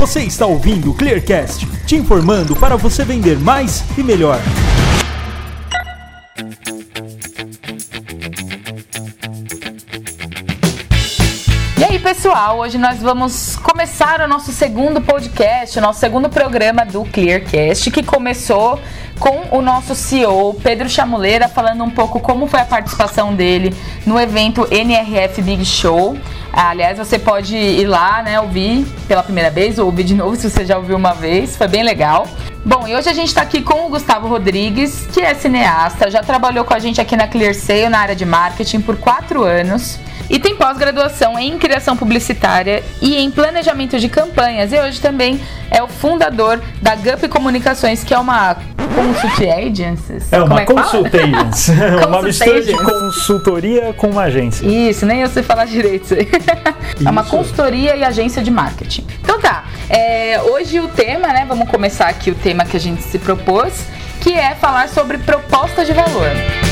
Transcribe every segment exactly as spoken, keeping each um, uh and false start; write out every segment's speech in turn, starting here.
Você está ouvindo o Clearcast, te informando para você vender mais e melhor. E aí, pessoal, hoje nós vamos começar o nosso segundo podcast, o nosso segundo programa do Clearcast, que começou com o nosso C E O, Pedro Chamuleira, falando um pouco como foi a participação dele no evento N R F Big Show. Aliás, você pode ir lá, né, ouvir pela primeira vez ou ouvir de novo se você já ouviu uma vez, foi bem legal. Bom, e hoje a gente está aqui com o Gustavo Rodrigues, que é cineasta, já trabalhou com a gente aqui na ClearSale na área de marketing por quatro anos e tem pós-graduação em criação publicitária e em planejamento de campanhas, e hoje também é o fundador da Gup Comunicações, que é uma consult agency. É uma é consult agency, uma mistura de consultoria com uma agência. Isso, nem eu sei falar direito isso aí. É uma consultoria e agência de marketing. Então tá, é, hoje o tema, né, vamos começar aqui o tema que a gente se propôs, que é falar sobre proposta de valor.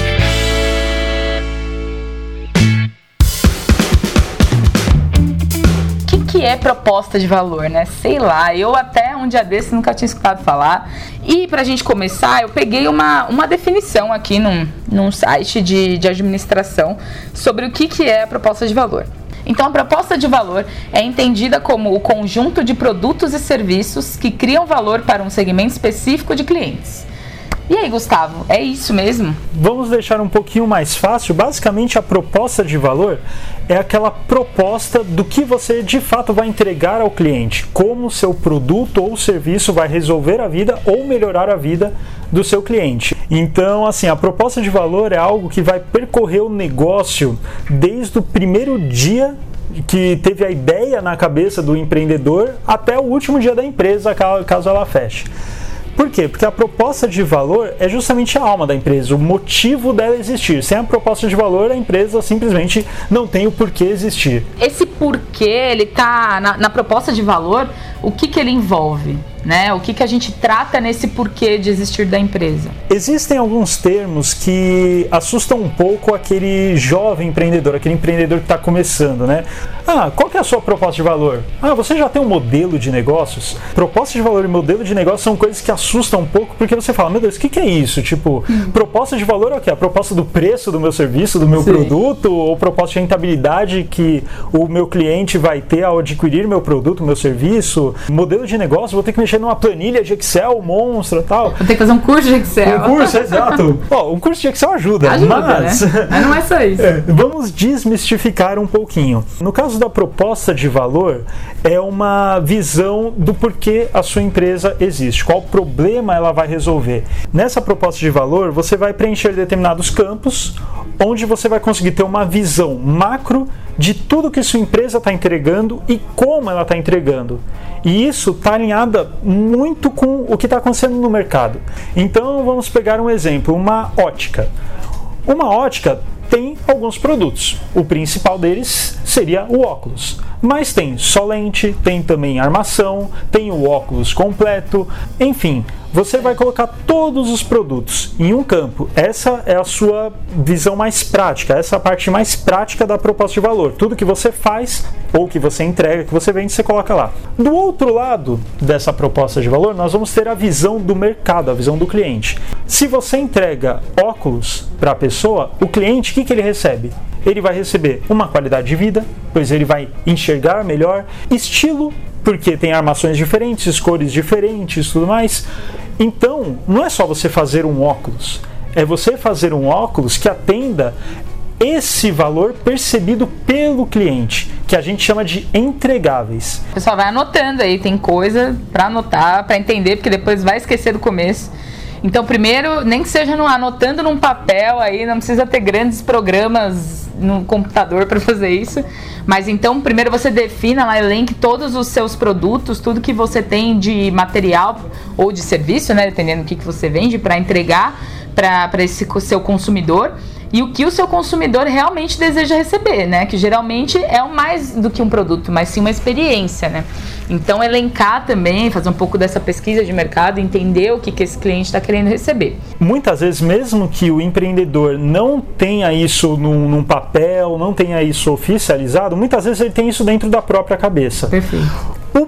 O que é proposta de valor, né? Sei lá, eu até um dia desse nunca tinha escutado falar. E pra gente começar, eu peguei uma, uma definição aqui num, num site de, de administração sobre o que, que é a proposta de valor. Então, a proposta de valor é entendida como o conjunto de produtos e serviços que criam valor para um segmento específico de clientes. E aí, Gustavo, é isso mesmo? Vamos deixar um pouquinho mais fácil. Basicamente, a proposta de valor é aquela proposta do que você de fato vai entregar ao cliente, como o seu produto ou serviço vai resolver a vida ou melhorar a vida do seu cliente. Então, assim, a proposta de valor é algo que vai percorrer o negócio desde o primeiro dia que teve a ideia na cabeça do empreendedor até o último dia da empresa, caso ela feche. Por quê? Porque a proposta de valor é justamente a alma da empresa, o motivo dela existir. Sem a proposta de valor, a empresa simplesmente não tem o porquê existir. Esse porquê, ele tá na, na proposta de valor, o que que ele envolve? Né? O que que a gente trata nesse porquê de existir da empresa? Existem alguns termos que assustam um pouco aquele jovem empreendedor, aquele empreendedor que está começando, né? Ah, qual que é a sua proposta de valor? Ah, você já tem um modelo de negócios? Proposta de valor e modelo de negócio são coisas que assustam um pouco, porque você fala, meu Deus, o que que é isso? Tipo, hum. proposta de valor é o quê? A proposta do preço do meu serviço, do meu Sim. produto, ou proposta de rentabilidade que o meu cliente vai ter ao adquirir meu produto, meu serviço? Modelo de negócio, vou ter que mexer numa planilha de Excel, monstro e tal. Vou ter que fazer um curso de Excel. Um curso, exato. Ó, um curso de Excel ajuda, ajuda mas... Né? Mas não é só isso. É, vamos desmistificar um pouquinho. No caso da proposta de valor, é uma visão do porquê a sua empresa existe, qual problema ela vai resolver. Nessa proposta de valor, você vai preencher determinados campos, onde você vai conseguir ter uma visão macro de tudo que sua empresa está entregando e como ela está entregando. E isso está alinhada muito com o que está acontecendo no mercado. Então vamos pegar um exemplo, uma ótica. Uma ótica tem alguns produtos. O principal deles seria o óculos. Mas tem só lente, tem também armação, tem o óculos completo, enfim, você vai colocar todos os produtos em um campo. Essa é a sua visão mais prática, essa é a parte mais prática da proposta de valor. Tudo que você faz ou que você entrega, que você vende, você coloca lá. Do outro lado dessa proposta de valor, nós vamos ter a visão do mercado, a visão do cliente. Se você entrega óculos para a pessoa, o cliente, o que, que ele recebe? Ele vai receber uma qualidade de vida, pois ele vai enxergar melhor, estilo, porque tem armações diferentes, cores diferentes e tudo mais. Então, não é só você fazer um óculos, é você fazer um óculos que atenda esse valor percebido pelo cliente, que a gente chama de entregáveis. O pessoal vai anotando aí, tem coisa para anotar, para entender, porque depois vai esquecer do começo. Então, primeiro, nem que seja no, anotando num papel aí, não precisa ter grandes programas no computador para fazer isso. Mas então, primeiro você defina lá, elenque todos os seus produtos, tudo que você tem de material ou de serviço, né, dependendo do que, que você vende, para entregar para esse seu consumidor. E o que o seu consumidor realmente deseja receber, né? Que geralmente é o mais do que um produto, mas sim uma experiência, né? Então, elencar também, fazer um pouco dessa pesquisa de mercado, entender o que, que esse cliente está querendo receber. Muitas vezes, mesmo que o empreendedor não tenha isso num, num papel, não tenha isso oficializado, muitas vezes ele tem isso dentro da própria cabeça. Perfeito. O bom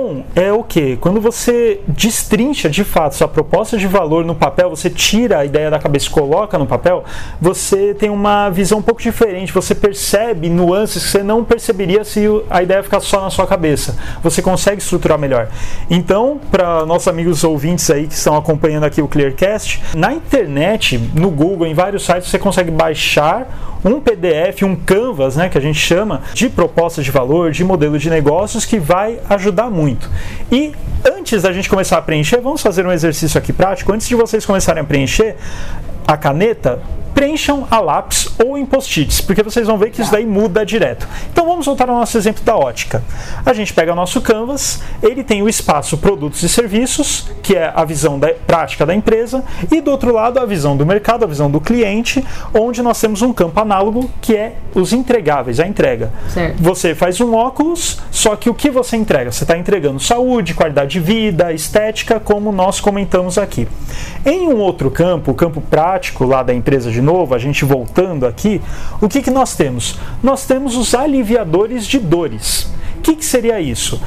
bom é o quê? Quando você destrincha de fato sua proposta de valor no papel, você tira a ideia da cabeça e coloca no papel, você tem uma visão um pouco diferente, você percebe nuances que você não perceberia se a ideia ficasse só na sua cabeça. Você consegue estruturar melhor. Então, para nossos amigos ouvintes aí que estão acompanhando aqui o Clearcast, na internet, no Google, em vários sites, você consegue baixar um P D F, um Canvas, né, que a gente chama, de proposta de valor, de modelo de negócios, que vai ajudar muito. E antes da gente começar a preencher, vamos fazer um exercício aqui prático. Antes de vocês começarem a preencher a caneta, preencham a lápis ou em post-its, porque vocês vão ver que isso daí muda direto. Então vamos voltar ao nosso exemplo da ótica. A gente pega o nosso Canvas, ele tem o espaço produtos e serviços, que é a visão da, prática da empresa, e do outro lado a visão do mercado, a visão do cliente, onde nós temos um campo análogo, que é os entregáveis, a entrega. Certo. Você faz um óculos, só que o que você entrega? Você está entregando saúde, qualidade de vida, estética, como nós comentamos aqui. Em um outro campo, o campo prático lá da empresa de novo, a gente voltando aqui, o que, que nós temos? Nós temos os aliviadores de dores. O que, que seria isso?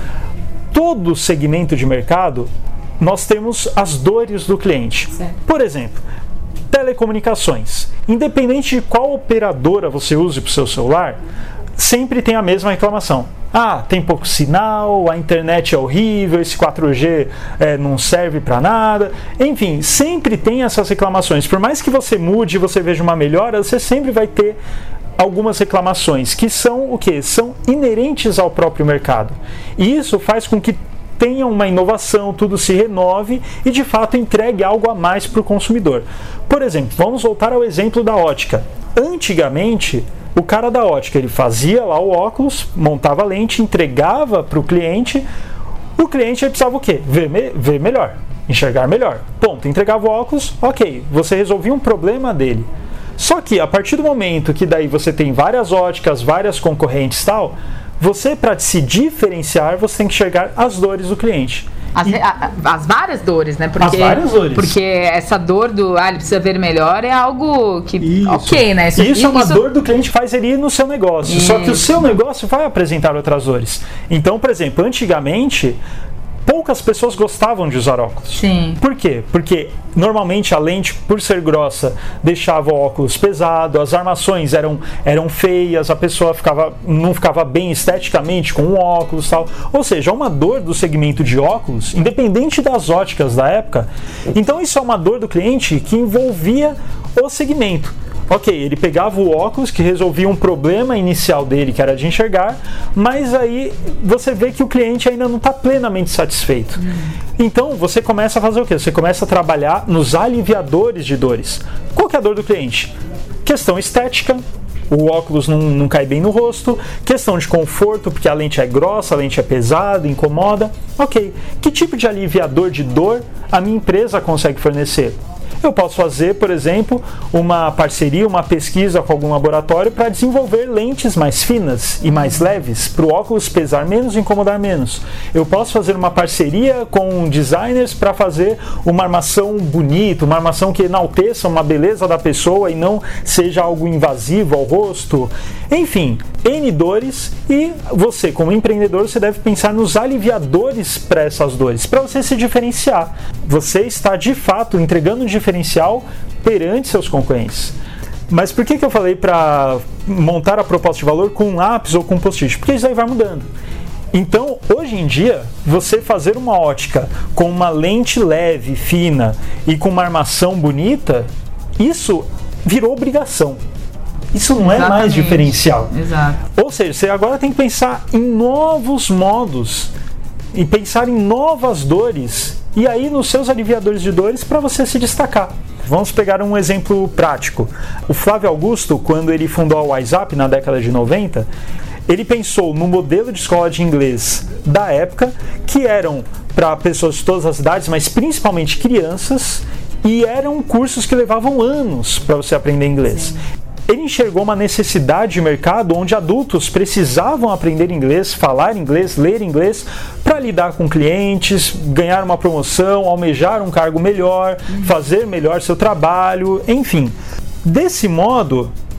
Todo segmento de mercado, nós temos as dores do cliente. Certo. Por exemplo, telecomunicações. Independente de qual operadora você use para o seu celular, sempre tem a mesma reclamação. Ah, tem pouco sinal, a internet é horrível, esse quatro G é, não serve para nada. Enfim, sempre tem essas reclamações. Por mais que você mude e você veja uma melhora, você sempre vai ter algumas reclamações que são o quê? São inerentes ao próprio mercado. E isso faz com que tenha uma inovação, tudo se renove e de fato entregue algo a mais para o consumidor. Por exemplo, vamos voltar ao exemplo da ótica. Antigamente, o cara da ótica, ele fazia lá o óculos, montava a lente, entregava para o cliente. O cliente ele precisava o quê? Ver, me ver melhor, enxergar melhor. Ponto. Entregava o óculos, ok. Você resolvia um problema dele. Só que a partir do momento que daí você tem várias óticas, várias concorrentes e tal, você, para se diferenciar, você tem que enxergar as dores do cliente. As, e, a, as várias dores, né? Porque, as várias dores. Porque essa dor do, ah, ele precisa ver melhor é algo que, isso. ok, né? Isso, isso é uma isso... dor do cliente, faz ele ir no seu negócio. Isso. Só que o seu negócio vai apresentar outras dores. Então, por exemplo, antigamente, poucas pessoas gostavam de usar óculos. Sim. Por quê? Porque normalmente a lente, por ser grossa, deixava o óculos pesado, as armações eram, eram feias, a pessoa ficava, não ficava bem esteticamente com o óculos e tal. Ou seja, uma dor do segmento de óculos, independente das óticas da época. Então isso é uma dor do cliente que envolvia o segmento. Ok, ele pegava o óculos que resolvia um problema inicial dele, que era de enxergar, mas aí você vê que o cliente ainda não está plenamente satisfeito. Hum. Então você começa a fazer o quê? Você começa a trabalhar nos aliviadores de dores. Qual que é a dor do cliente? Questão estética. O óculos não, não cai bem no rosto. Questão de conforto, porque a lente é grossa, a lente é pesada, incomoda. Ok, que tipo de aliviador de dor a minha empresa consegue fornecer? Eu posso fazer, por exemplo, uma parceria, uma pesquisa com algum laboratório para desenvolver lentes mais finas e mais leves, para o óculos pesar menos e incomodar menos. Eu posso fazer uma parceria com designers para fazer uma armação bonita, uma armação que enalteça uma beleza da pessoa e não seja algo invasivo ao rosto. Enfim, N dores, e você, como empreendedor, você deve pensar nos aliviadores para essas dores, para você se diferenciar. Você está, de fato, entregando um diferencial perante seus concorrentes. Mas por que, que eu falei para montar a proposta de valor com um lápis ou com um post-it? Porque isso aí vai mudando. Então, hoje em dia, você fazer uma ótica com uma lente leve, fina e com uma armação bonita, isso virou obrigação. Isso não Exatamente. é mais diferencial. Exato. Ou seja, você agora tem que pensar em novos modos e pensar em novas dores e aí nos seus aliviadores de dores para você se destacar. Vamos pegar um exemplo prático. O Flávio Augusto, quando ele fundou a WhatsApp na década de noventa, ele pensou no modelo de escola de inglês da época, que eram para pessoas de todas as idades, mas principalmente crianças, e eram cursos que levavam anos para você aprender inglês. Sim. Ele enxergou uma necessidade de mercado onde adultos precisavam aprender inglês, falar inglês, ler inglês, para lidar com clientes, ganhar uma promoção, almejar um cargo melhor, fazer melhor seu trabalho, enfim. Desse modo,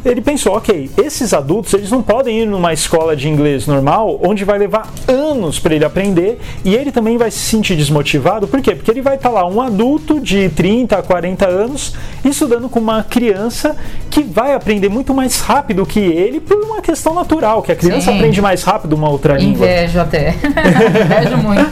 ele pensou, ok, esses adultos eles não podem ir numa escola de inglês normal, onde vai levar anos para ele aprender, e ele também vai se sentir desmotivado. Por quê? Porque ele vai estar lá, um adulto de trinta a quarenta anos, estudando com uma criança que vai aprender muito mais rápido que ele, por uma questão natural, que a criança Sim. aprende mais rápido uma outra língua. Invejo até. Invejo muito.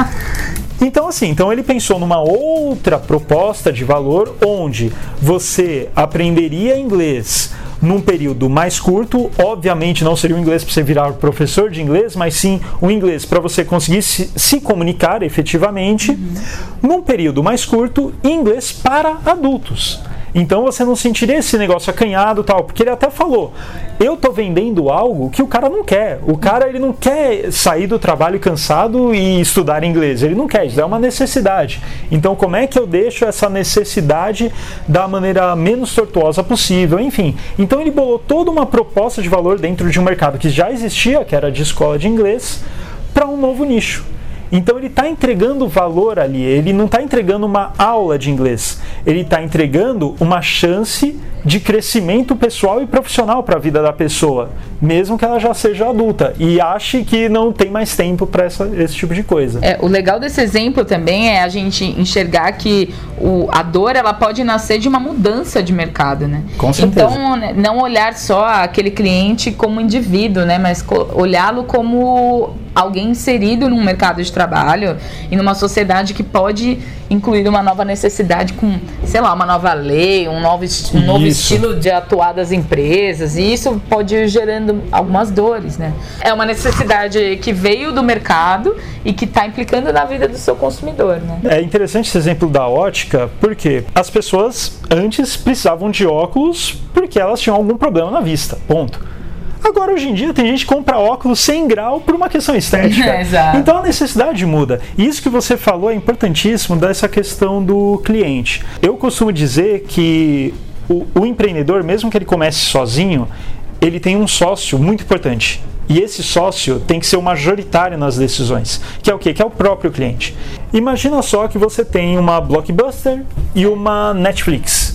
Então assim, então ele pensou numa outra proposta de valor, onde você aprenderia inglês num período mais curto. Obviamente não seria o inglês para você virar professor de inglês, mas sim o inglês para você conseguir se, se comunicar efetivamente, uhum. num período mais curto, inglês para adultos. Então você não sentiria esse negócio acanhado, tal, porque ele até falou, eu tô vendendo algo que o cara não quer. O cara, ele não quer sair do trabalho cansado e estudar inglês. Ele não quer, isso é uma necessidade. Então como é que eu deixo essa necessidade da maneira menos tortuosa possível? Enfim, então ele bolou toda uma proposta de valor dentro de um mercado que já existia, que era de escola de inglês, para um novo nicho. Então ele está entregando valor ali, ele não está entregando uma aula de inglês, ele está entregando uma chance de crescimento pessoal e profissional para a vida da pessoa, mesmo que ela já seja adulta e ache que não tem mais tempo para esse tipo de coisa. É, o legal desse exemplo também é a gente enxergar que o, a dor ela pode nascer de uma mudança de mercado, né? Com certeza. Então, não olhar só aquele cliente como indivíduo, né? Mas olhá-lo como alguém inserido num mercado de trabalho e numa sociedade que pode incluir uma nova necessidade com, sei lá, uma nova lei, um novo, um novo estilo de atuar das empresas, e isso pode ir gerando algumas dores, né? É uma necessidade que veio do mercado e que está implicando na vida do seu consumidor, né? É interessante esse exemplo da ótica, porque as pessoas antes precisavam de óculos porque elas tinham algum problema na vista, ponto. Agora, hoje em dia, tem gente que compra óculos sem grau por uma questão estética. Exato. Então, a necessidade muda. E isso que você falou é importantíssimo, dessa questão do cliente. Eu costumo dizer que o, o empreendedor, mesmo que ele comece sozinho, ele tem um sócio muito importante. E esse sócio tem que ser o majoritário nas decisões. Que é o quê? Que é o próprio cliente. Imagina só que você tem uma Blockbuster e uma Netflix.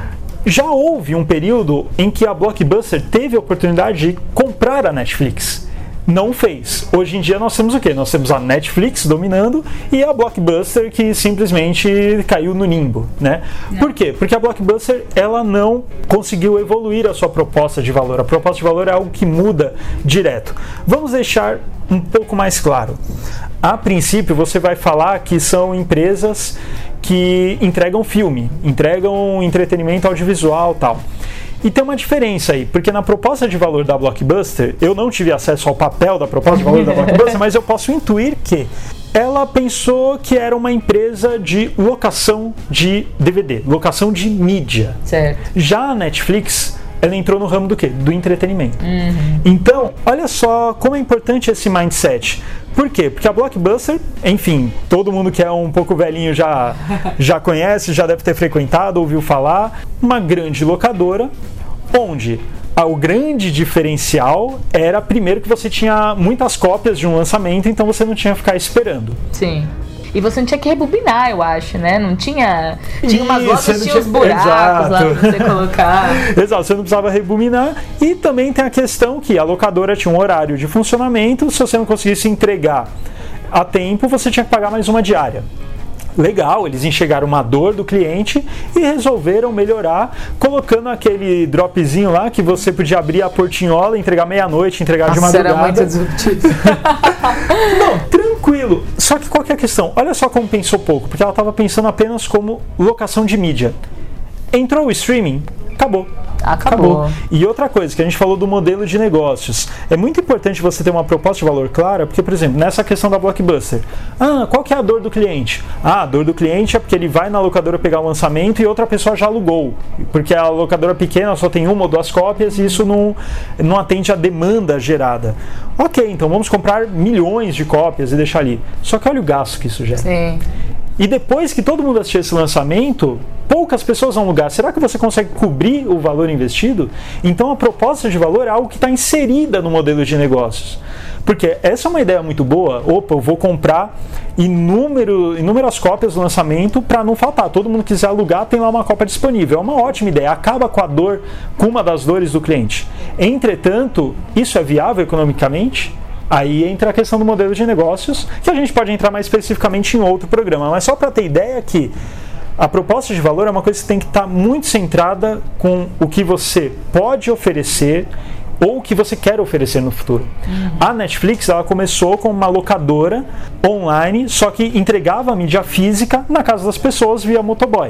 Já houve um período em que a Blockbuster teve a oportunidade de comprar a Netflix. Não fez. Hoje em dia nós temos o quê? Nós temos a Netflix dominando e a Blockbuster que simplesmente caiu no nimbo, né? Não. Por quê? Porque a Blockbuster ela não conseguiu evoluir a sua proposta de valor. A proposta de valor é algo que muda direto. Vamos deixar um pouco mais claro. A princípio você vai falar que são empresas que entregam filme, entregam entretenimento audiovisual e tal. E tem uma diferença aí, porque na proposta de valor da Blockbuster, eu não tive acesso ao papel da proposta de valor da Blockbuster, mas eu posso intuir que ela pensou que era uma empresa de locação de D V D, locação de mídia. Certo. Já a Netflix, ela entrou no ramo do quê? Do entretenimento. Uhum. Então, olha só como é importante esse mindset. Por quê? Porque a Blockbuster, enfim, todo mundo que é um pouco velhinho já, já conhece, já deve ter frequentado, ouviu falar, uma grande locadora, onde o grande diferencial era, primeiro, que você tinha muitas cópias de um lançamento, então você não tinha que ficar esperando. Sim. E você não tinha que rebobinar, eu acho, né? Não tinha... Tinha umas Isso, lojas, tinha tinha... uns buracos Exato. Lá pra você colocar. Exato, você não precisava rebobinar. E também tem a questão que a locadora tinha um horário de funcionamento. Se você não conseguisse entregar a tempo, você tinha que pagar mais uma diária. Legal, eles enxergaram uma dor do cliente e resolveram melhorar, colocando aquele dropzinho lá que você podia abrir a portinhola, entregar meia-noite, entregar Nossa, de madrugada. Era muito disruptivo. Não, tranquilo. Só que qual que é a questão? Olha só como pensou pouco, porque ela estava pensando apenas como locação de mídia. Entrou o streaming, acabou. Acabou. Acabou. E outra coisa, que a gente falou do modelo de negócios. É muito importante você ter uma proposta de valor clara, porque, por exemplo, nessa questão da Blockbuster, ah, qual que é a dor do cliente? Ah, a dor do cliente é porque ele vai na locadora pegar o lançamento e outra pessoa já alugou. Porque a locadora pequena só tem uma ou duas cópias e isso não, não atende à demanda gerada. Ok, então vamos comprar milhões de cópias e deixar ali. Só que olha o gasto que isso gera. Sim. E depois que todo mundo assistir esse lançamento, poucas pessoas vão alugar. Será que você consegue cobrir o valor investido? Então a proposta de valor é algo que está inserida no modelo de negócios. Porque essa é uma ideia muito boa. Opa, eu vou comprar inúmero, inúmeras cópias do lançamento para não faltar. Todo mundo quiser alugar, tem lá uma cópia disponível. É uma ótima ideia. Acaba com a dor, com uma das dores do cliente. Entretanto, isso é viável economicamente? Aí entra a questão do modelo de negócios, que a gente pode entrar mais especificamente em outro programa. Mas só para ter ideia que a proposta de valor é uma coisa que tem que estar muito centrada com o que você pode oferecer ou o que você quer oferecer no futuro. Uhum. A Netflix, ela começou como uma locadora online, só que entregava a mídia física na casa das pessoas via motoboy.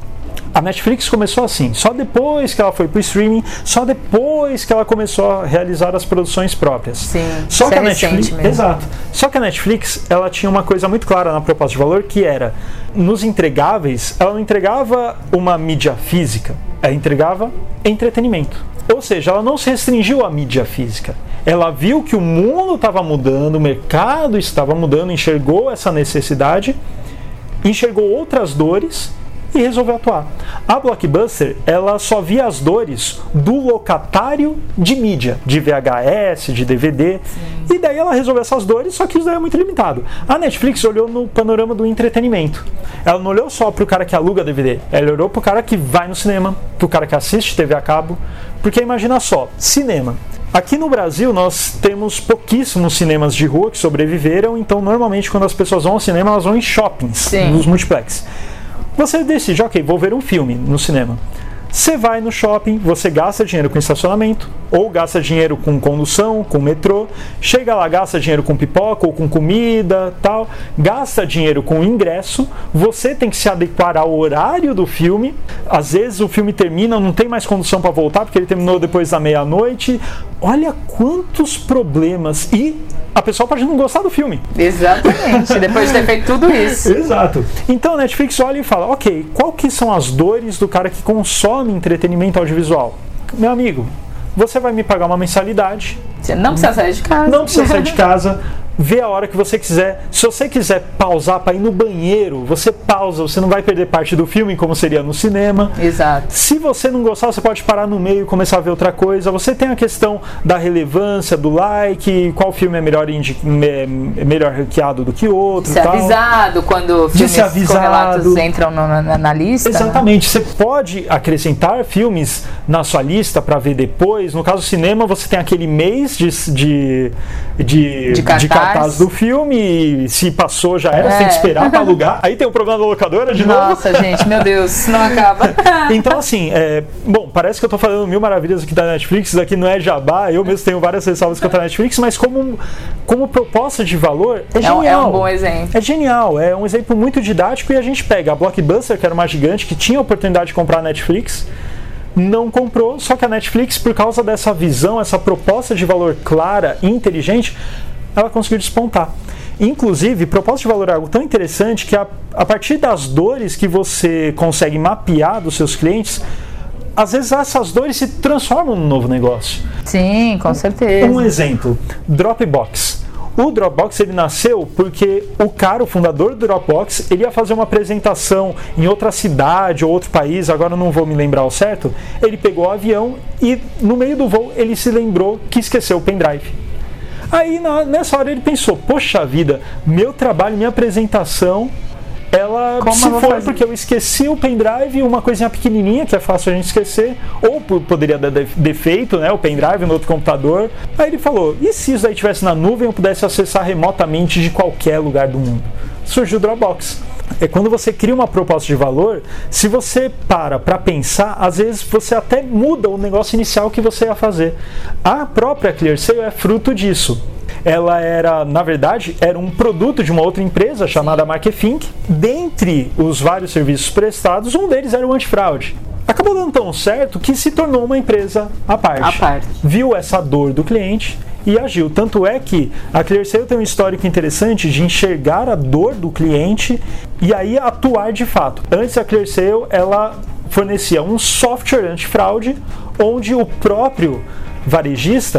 A Netflix começou assim, só depois que ela foi para o streaming, só depois que ela começou a realizar as produções próprias. Sim, só que é a Netflix, mesmo. exato. Só que a Netflix, ela tinha uma coisa muito clara na proposta de valor, que era, nos entregáveis, ela não entregava uma mídia física, ela entregava entretenimento. Ou seja, ela não se restringiu à mídia física. Ela viu que o mundo estava mudando, o mercado estava mudando, enxergou essa necessidade, enxergou outras dores e resolveu atuar. A Blockbuster, ela só via as dores do locatário de mídia, de V H S, de D V D. Sim. E daí ela resolveu essas dores, só que isso daí é muito limitado. A Netflix olhou no panorama do entretenimento. Ela não olhou só para o cara que aluga D V D, ela olhou para o cara que vai no cinema, para o cara que assiste T V a cabo. Porque imagina só, cinema. Aqui no Brasil nós temos pouquíssimos cinemas de rua que sobreviveram, então normalmente quando as pessoas vão ao cinema elas vão em shoppings, Sim. nos multiplex. Você decide, ok, vou ver um filme no cinema. Você vai no shopping, você gasta dinheiro com estacionamento, ou gasta dinheiro com condução, com metrô, chega lá, gasta dinheiro com pipoca ou com comida, tal, gasta dinheiro com ingresso, você tem que se adequar ao horário do filme, às vezes o filme termina, não tem mais condução para voltar, porque ele terminou depois da meia-noite. Olha quantos problemas, e a pessoa pode não gostar do filme. Exatamente, depois de ter feito tudo isso. Exato. Então a Netflix olha e fala, ok, qual que são as dores do cara que consome entretenimento audiovisual? Meu amigo, você vai me pagar uma mensalidade. Você não precisa sair de casa. Não precisa sair de casa. Vê a hora que você quiser. Se você quiser pausar para ir no banheiro, você pausa, você não vai perder parte do filme como seria no cinema. Exato. Se você não gostar, você pode parar no meio e começar a ver outra coisa. Você tem a questão da relevância, do like, qual filme é melhor, indi- me- melhor ranqueado do que outro. De ser tal. avisado quando filmes correlatos entram no, na, na lista. Exatamente. Né? Você pode acrescentar filmes na sua lista para ver depois. No caso do cinema, você tem aquele mês de, de, de, de, de cartaz do filme, e se passou já era, é. Você tem que esperar para alugar. Aí tem o problema da locadora de Nossa, novo. Nossa, gente, meu Deus, não acaba. Então, assim, é, bom, parece que eu tô falando mil maravilhas aqui da Netflix, isso aqui não é jabá, eu mesmo tenho várias ressalvas contra a Netflix, mas como, como proposta de valor, é genial. É um, é um bom exemplo. É genial, é um exemplo muito didático, e a gente pega a Blockbuster, que era uma gigante, que tinha a oportunidade de comprar a Netflix, não comprou, só que a Netflix, por causa dessa visão, essa proposta de valor clara e inteligente, ela conseguiu despontar. Inclusive, proposta de valor é algo tão interessante que a, a partir das dores que você consegue mapear dos seus clientes, às vezes essas dores se transformam num novo negócio. Sim, com certeza. Um exemplo, Dropbox. O Dropbox ele nasceu porque o cara, o fundador do Dropbox, ele ia fazer uma apresentação em outra cidade ou outro país, agora eu não vou me lembrar ao certo. Ele pegou o avião e no meio do voo ele se lembrou que esqueceu o pendrive. Aí na, nessa hora ele pensou, poxa vida, meu trabalho, minha apresentação, ela Como se foi fazer? porque eu esqueci o pendrive, uma coisinha pequenininha que é fácil a gente esquecer, ou p- poderia dar defeito, né, o pendrive no outro computador. Aí ele falou, e se isso aí estivesse na nuvem eu pudesse acessar remotamente de qualquer lugar do mundo? Surgiu o Dropbox. É quando você cria uma proposta de valor, se você para para pensar, às vezes você até muda o negócio inicial que você ia fazer. A própria ClearSale é fruto disso. Ela era, na verdade, era um produto de uma outra empresa chamada Marketfink. Dentre os vários serviços prestados, um deles era o antifraude. Acabou dando tão certo que se tornou uma empresa à parte. À parte. Viu essa dor do cliente e agiu. Tanto é que a ClearSale tem um histórico interessante de enxergar a dor do cliente e aí atuar de fato. Antes a ClearSale, ela fornecia um software antifraude onde o próprio varejista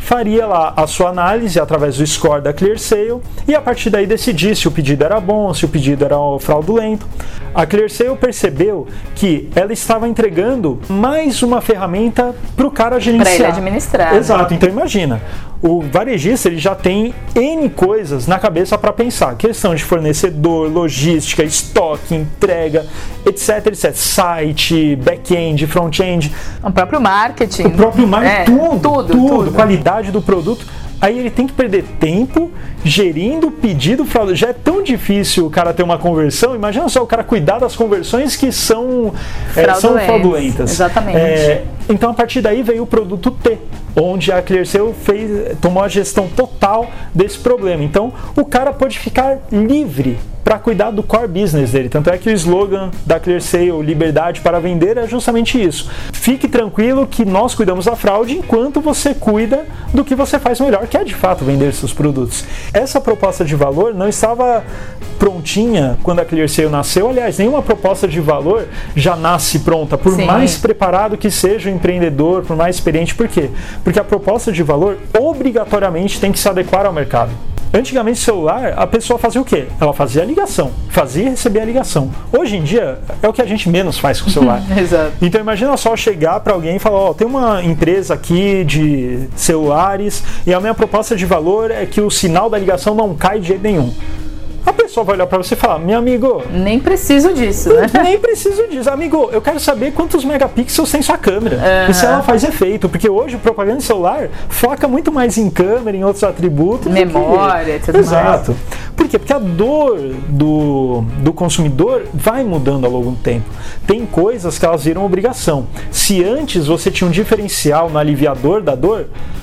faria lá a sua análise através do score da ClearSale e a partir daí decidir se o pedido era bom, se o pedido era fraudulento. A ClearSale percebeu que ela estava entregando mais uma ferramenta para o cara gerenciar. Para ele administrar. Exato, então imagina, o varejista ele já tem N coisas na cabeça para pensar, questão de fornecedor, logística, estoque, entrega, etc, etc, site, back-end, front-end. O próprio marketing. O próprio marketing, é, tudo, tudo, tudo, tudo, qualidade do produto. Aí ele tem que perder tempo gerindo o pedido fraudulento. Já é tão difícil o cara ter uma conversão, imagina só o cara cuidar das conversões que são, é, são fraudulentas. Exatamente. É, então a partir daí veio o produto T, onde a ClearSale fez, tomou a gestão total desse problema. Então o cara pode ficar livre para cuidar do core business dele. Tanto é que o slogan da ClearSale, liberdade para vender, é justamente isso. Fique tranquilo que nós cuidamos da fraude enquanto você cuida do que você faz melhor, que é de fato vender seus produtos. Essa proposta de valor não estava prontinha quando a ClearSale nasceu. Aliás, nenhuma proposta de valor já nasce pronta, por Sim. mais preparado que seja o empreendedor, por mais experiente. Por quê? Porque a proposta de valor obrigatoriamente tem que se adequar ao mercado. Antigamente, celular, a pessoa fazia o quê? Ela fazia a ligação, fazia e recebia a ligação. Hoje em dia, é o que a gente menos faz com o celular. Exato. Então, imagina só chegar para alguém e falar, ó, oh, tem uma empresa aqui de celulares e a minha proposta de valor é que o sinal da ligação não cai de jeito nenhum. A pessoa vai olhar para você e falar, meu amigo... Nem preciso disso, né? Nem preciso disso. Amigo, eu quero saber quantos megapixels tem sua câmera. Uhum. E se ela faz efeito. Porque hoje, propaganda de celular foca muito mais em câmera, em outros atributos. Memória e tudo Exato. mais. Exato. Por quê? Porque a dor do, do consumidor vai mudando ao longo do tempo. Tem coisas que elas viram obrigação. Se antes você tinha um diferencial no aliviador da dor,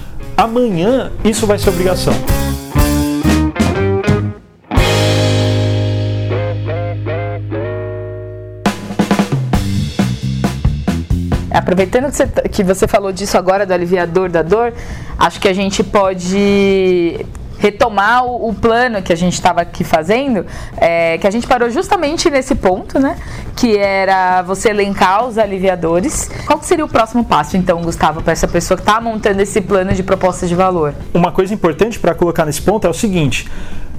amanhã isso vai ser obrigação. Aproveitando que você, que você falou disso agora, do aliviador da dor, acho que a gente pode retomar o, o plano que a gente estava aqui fazendo, é, que a gente parou justamente nesse ponto, né? Que era você elencar os aliviadores. Qual que seria o próximo passo, então, Gustavo, para essa pessoa que está montando esse plano de proposta de valor? Uma coisa importante para colocar nesse ponto é o seguinte...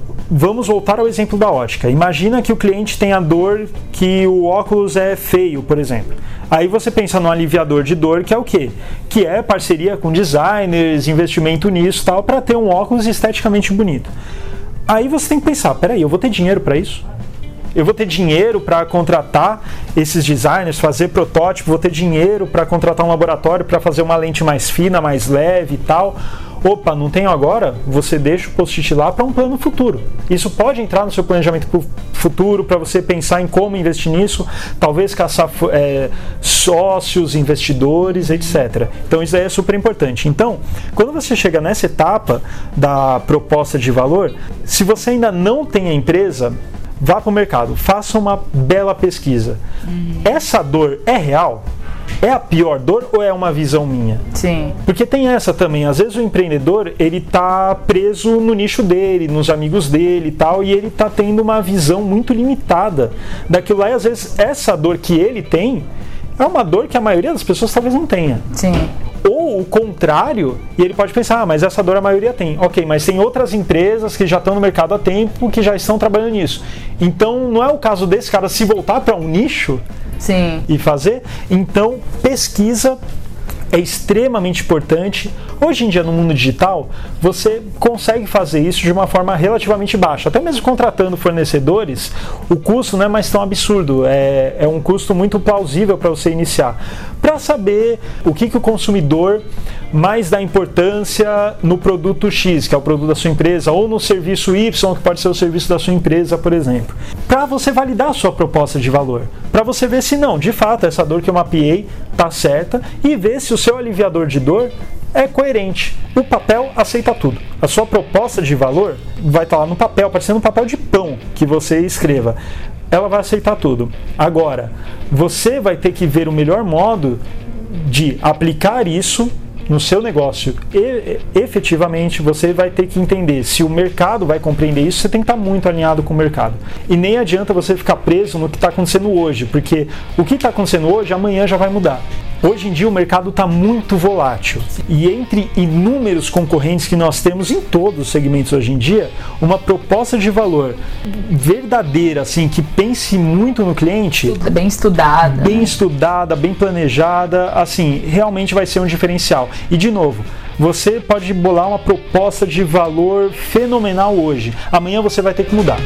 Vamos voltar ao exemplo da ótica. Imagina que o cliente tem a dor que o óculos é feio, por exemplo. Aí você pensa no aliviador de dor, que é o quê? Que é parceria com designers, investimento nisso e tal, para ter um óculos esteticamente bonito. Aí você tem que pensar, peraí, eu vou ter dinheiro para isso? Eu vou ter dinheiro para contratar esses designers, fazer protótipo, vou ter dinheiro para contratar um laboratório para fazer uma lente mais fina, mais leve e tal. Opa, não tenho agora? Você deixa o post-it lá para um plano futuro. Isso pode entrar no seu planejamento futuro para você pensar em como investir nisso, talvez caçar é, sócios, investidores, etcétera. Então isso aí é super importante. Então, quando você chega nessa etapa da proposta de valor, se você ainda não tem a empresa, vá para o mercado, faça uma bela pesquisa. Hum. Essa dor é real? É a pior dor ou é uma visão minha? Sim. Porque tem essa também, às vezes o empreendedor, ele tá preso no nicho dele, nos amigos dele e tal, e ele tá tendo uma visão muito limitada daquilo lá, e às vezes essa dor que ele tem é uma dor que a maioria das pessoas talvez não tenha. Sim. Ou o contrário, e ele pode pensar, ah, mas essa dor a maioria tem. Ok, mas tem outras empresas que já estão no mercado há tempo, que já estão trabalhando nisso. Então, não é o caso desse cara se voltar para um nicho Sim. e fazer? Então, pesquisa é extremamente importante. Hoje em dia, no mundo digital, você consegue fazer isso de uma forma relativamente baixa. Até mesmo contratando fornecedores, o custo não é mais tão absurdo. É, é um custo muito plausível para você iniciar. Para saber o que, que o consumidor mais dá importância no produto X, que é o produto da sua empresa, ou no serviço Y, que pode ser o serviço da sua empresa, por exemplo. Para você validar a sua proposta de valor. Para você ver se não, de fato, essa dor que eu mapeei está certa, e ver se o seu aliviador de dor é coerente. O papel aceita tudo. A sua proposta de valor vai estar lá no papel, pode ser no papel de pão que você escreva. Ela vai aceitar tudo. Agora, você vai ter que ver o melhor modo de aplicar isso no seu negócio. E, efetivamente, você vai ter que entender se o mercado vai compreender isso. Você tem que estar muito alinhado com o mercado. E nem adianta você ficar preso no que está acontecendo hoje, porque o que está acontecendo hoje, amanhã já vai mudar. Hoje em dia o mercado está muito volátil e entre inúmeros concorrentes que nós temos em todos os segmentos hoje em dia, uma proposta de valor verdadeira, assim, que pense muito no cliente, bem estudada, bem né? estudada, bem planejada, assim, realmente vai ser um diferencial. E de novo, você pode bolar uma proposta de valor fenomenal hoje, amanhã você vai ter que mudar.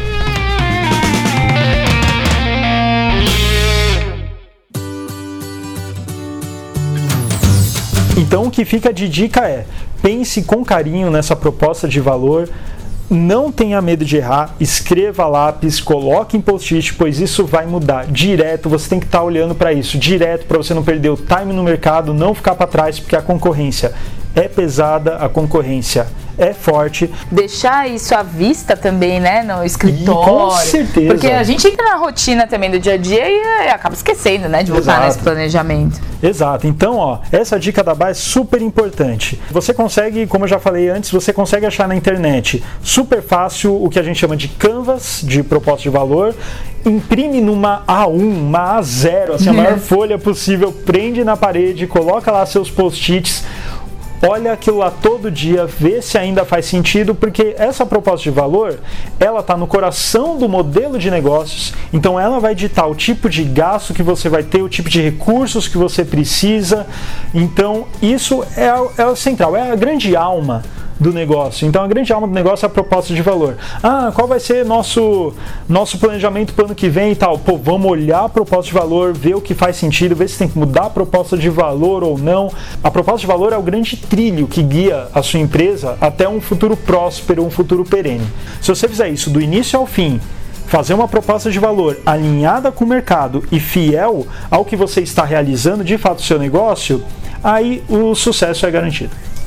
Então o que fica de dica é, pense com carinho nessa proposta de valor, não tenha medo de errar, escreva a lápis, coloque em post-it, pois isso vai mudar direto, você tem que estar olhando para isso direto, para você não perder o time no mercado, não ficar para trás, porque a concorrência é pesada, a concorrência é forte. Deixar isso à vista também, né, no escritório. E com certeza. Porque a gente entra na rotina também do dia a dia e acaba esquecendo, né, de voltar nesse planejamento. Exato. Então, ó, essa dica da B A é super importante. Você consegue, como eu já falei antes, você consegue achar na internet super fácil o que a gente chama de canvas de proposta de valor. Imprime numa A um, uma A zero, assim, a maior folha possível, prende na parede, coloca lá seus post-its. Olha aquilo lá todo dia, vê se ainda faz sentido, porque essa proposta de valor, ela está no coração do modelo de negócios, então ela vai ditar o tipo de gasto que você vai ter, o tipo de recursos que você precisa, então isso é, é o central, é a grande alma do negócio. Então a grande alma do negócio é a proposta de valor. Ah, qual vai ser nosso nosso planejamento para o ano que vem e tal? Pô, vamos olhar a proposta de valor, ver o que faz sentido, ver se tem que mudar a proposta de valor ou não. A proposta de valor é o grande trilho que guia a sua empresa até um futuro próspero, um futuro perene. Se você fizer isso do início ao fim, fazer uma proposta de valor alinhada com o mercado e fiel ao que você está realizando de fato o seu negócio, aí o sucesso é garantido.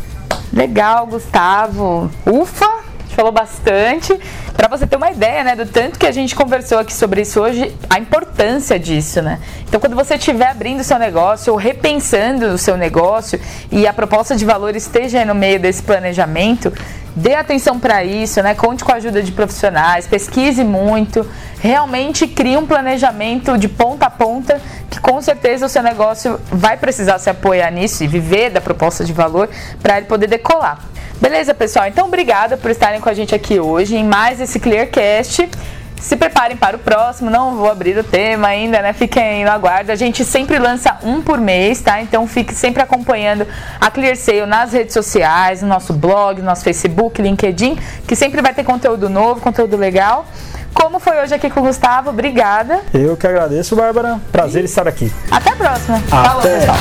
Legal, Gustavo. Ufa, a gente falou bastante. Para você ter uma ideia, né, do tanto que a gente conversou aqui sobre isso hoje, a importância disso, né? Então, quando você estiver abrindo o seu negócio ou repensando o seu negócio e a proposta de valor esteja aí no meio desse planejamento, dê atenção para isso, né? Conte com a ajuda de profissionais, pesquise muito, realmente crie um planejamento de ponta a ponta, que com certeza o seu negócio vai precisar se apoiar nisso e viver da proposta de valor para ele poder decolar. Beleza, pessoal? Então, obrigada por estarem com a gente aqui hoje em mais esse Clearcast. Se preparem para o próximo, não vou abrir o tema ainda, né? Fiquem no aguardo. A gente sempre lança um por mês, tá? Então fique sempre acompanhando a ClearSale nas redes sociais, no nosso blog, no nosso Facebook, LinkedIn, que sempre vai ter conteúdo novo, conteúdo legal. Como foi hoje aqui com o Gustavo, obrigada. Eu que agradeço, Bárbara. Prazer e... estar aqui. Até a próxima. Até. Falou, pessoal.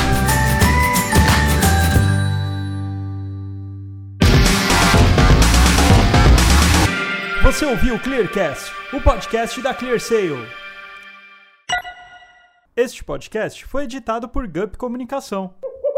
Você ouviu o Clearcast, o podcast da ClearSale. Este podcast foi editado por Gup Comunicação.